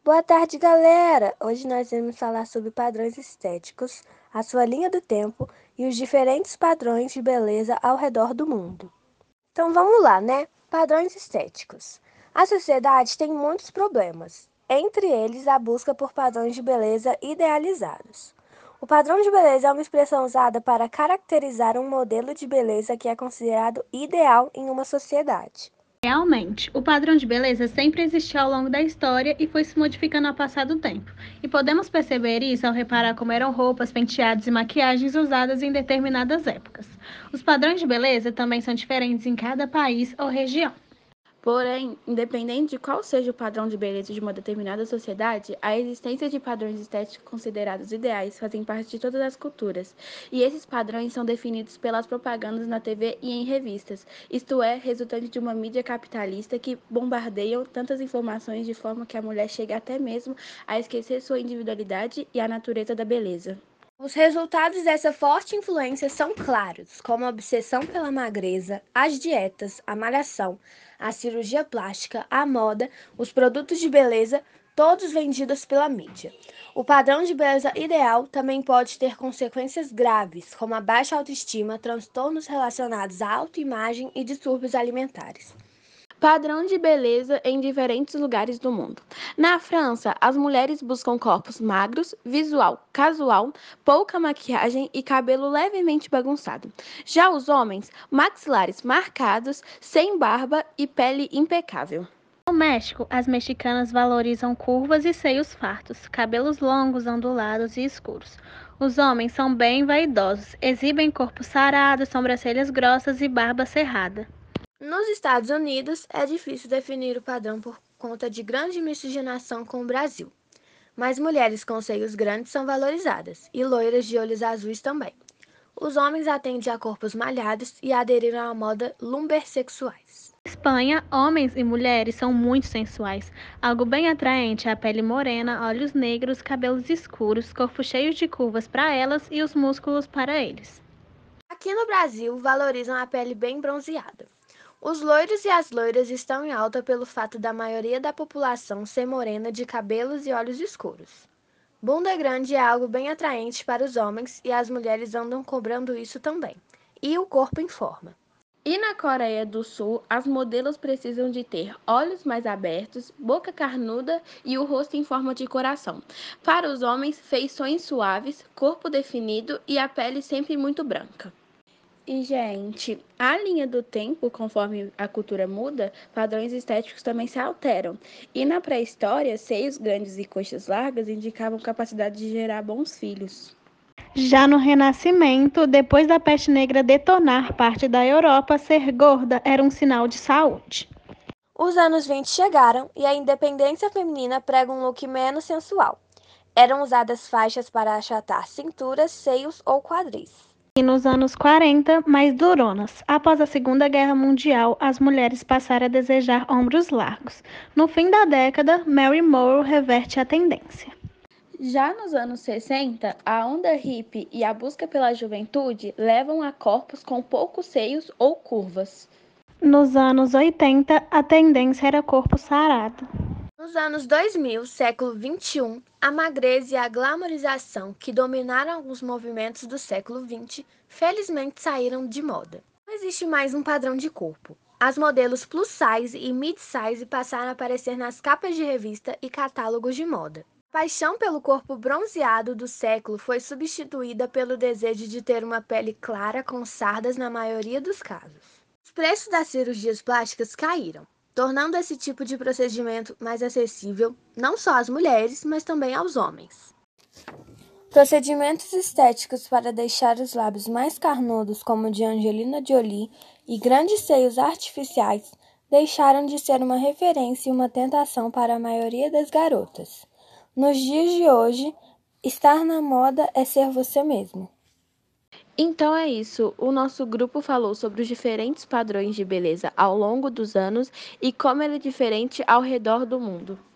Boa tarde, galera! Hoje nós vamos falar sobre padrões estéticos, a sua linha do tempo e os diferentes padrões de beleza ao redor do mundo. Então vamos lá, né? Padrões estéticos. A sociedade tem muitos problemas, entre eles a busca por padrões de beleza idealizados. O padrão de beleza é uma expressão usada para caracterizar um modelo de beleza que é considerado ideal em uma sociedade. Realmente, o padrão de beleza sempre existiu ao longo da história e foi se modificando ao passar do tempo. E podemos perceber isso ao reparar como eram roupas, penteados e maquiagens usadas em determinadas épocas. Os padrões de beleza também são diferentes em cada país ou região. Porém, independente de qual seja o padrão de beleza de uma determinada sociedade, a existência de padrões estéticos considerados ideais fazem parte de todas as culturas, e esses padrões são definidos pelas propagandas na TV e em revistas, isto é, resultante de uma mídia capitalista que bombardeiam tantas informações de forma que a mulher chega até mesmo a esquecer sua individualidade e a natureza da beleza. Os resultados dessa forte influência são claros, como a obsessão pela magreza, as dietas, a malhação, a cirurgia plástica, a moda, os produtos de beleza, todos vendidos pela mídia. O padrão de beleza ideal também pode ter consequências graves, como a baixa autoestima, transtornos relacionados à autoimagem e distúrbios alimentares. Padrão de beleza em diferentes lugares do mundo. Na França, as mulheres buscam corpos magros, visual casual, pouca maquiagem e cabelo levemente bagunçado. Já os homens, maxilares marcados, sem barba e pele impecável. No México, as mexicanas valorizam curvas e seios fartos, cabelos longos, ondulados e escuros. Os homens são bem vaidosos, exibem corpo sarado, sobrancelhas grossas e barba cerrada. Nos Estados Unidos, é difícil definir o padrão por conta de grande miscigenação com o Brasil, mas mulheres com seios grandes são valorizadas, e loiras de olhos azuis também. Os homens atendem a corpos malhados e aderiram à moda lumbersexuais. Na Espanha, homens e mulheres são muito sensuais. Algo bem atraente é a pele morena, olhos negros, cabelos escuros, corpo cheio de curvas para elas e os músculos para eles. Aqui no Brasil, valorizam a pele bem bronzeada. Os loiros e as loiras estão em alta pelo fato da maioria da população ser morena de cabelos e olhos escuros. Bunda grande é algo bem atraente para os homens e as mulheres andam cobrando isso também. E o corpo em forma. E na Coreia do Sul, as modelos precisam de ter olhos mais abertos, boca carnuda e o rosto em forma de coração. Para os homens, feições suaves, corpo definido e a pele sempre muito branca. E, gente, a linha do tempo, conforme a cultura muda, padrões estéticos também se alteram. E na pré-história, seios grandes e coxas largas indicavam capacidade de gerar bons filhos. Já no Renascimento, depois da peste negra detonar parte da Europa, ser gorda era um sinal de saúde. Os anos 20 chegaram e a independência feminina prega um look menos sensual. Eram usadas faixas para achatar cinturas, seios ou quadris. E nos anos 40, mais duronas. Após a Segunda Guerra Mundial, as mulheres passaram a desejar ombros largos. No fim da década, Mary Morrow reverte a tendência. Já nos anos 60, a onda hippie e a busca pela juventude levam a corpos com poucos seios ou curvas. Nos anos 80, a tendência era corpo sarado. Nos anos 2000, século XXI, a magreza e a glamorização que dominaram alguns movimentos do século XX, felizmente saíram de moda. Não existe mais um padrão de corpo. As modelos plus size e mid size passaram a aparecer nas capas de revista e catálogos de moda. A paixão pelo corpo bronzeado do século foi substituída pelo desejo de ter uma pele clara com sardas na maioria dos casos. Os preços das cirurgias plásticas caíram, tornando esse tipo de procedimento mais acessível não só às mulheres, mas também aos homens. Procedimentos estéticos para deixar os lábios mais carnudos, como o de Angelina Jolie, e grandes seios artificiais, deixaram de ser uma referência e uma tentação para a maioria das garotas. Nos dias de hoje, estar na moda é ser você mesmo. Então é isso, o nosso grupo falou sobre os diferentes padrões de beleza ao longo dos anos e como ele é diferente ao redor do mundo.